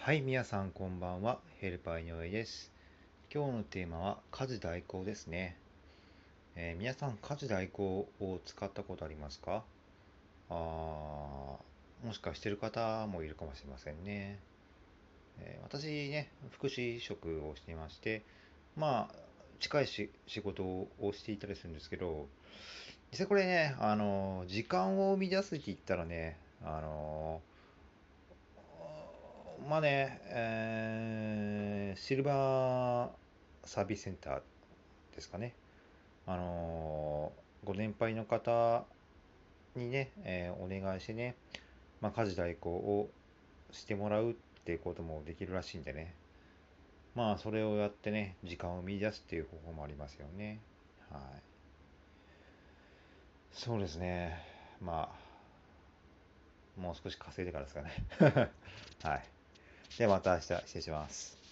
はい、皆さんこんばんは。ヘルパー井上です。今日のテーマは家事代行ですね。皆さん家事代行を使ったことありますか？もしかしてる方もいるかもしれませんね。私ね、福祉職をしていまして、まあ、近い仕事をしていたりするんですけど、実際これね、時間を生み出すって言ったらね、まあね、シルバーサービスセンターですかね。ご年配の方にね、お願いしてね、家事代行をしてもらうっていうこともできるらしいんでね。それをやってね、時間を見出すっていう方法もありますよね。はい。そうですね。まもう少し稼いでからですかね。はい。ではまた明日失礼します。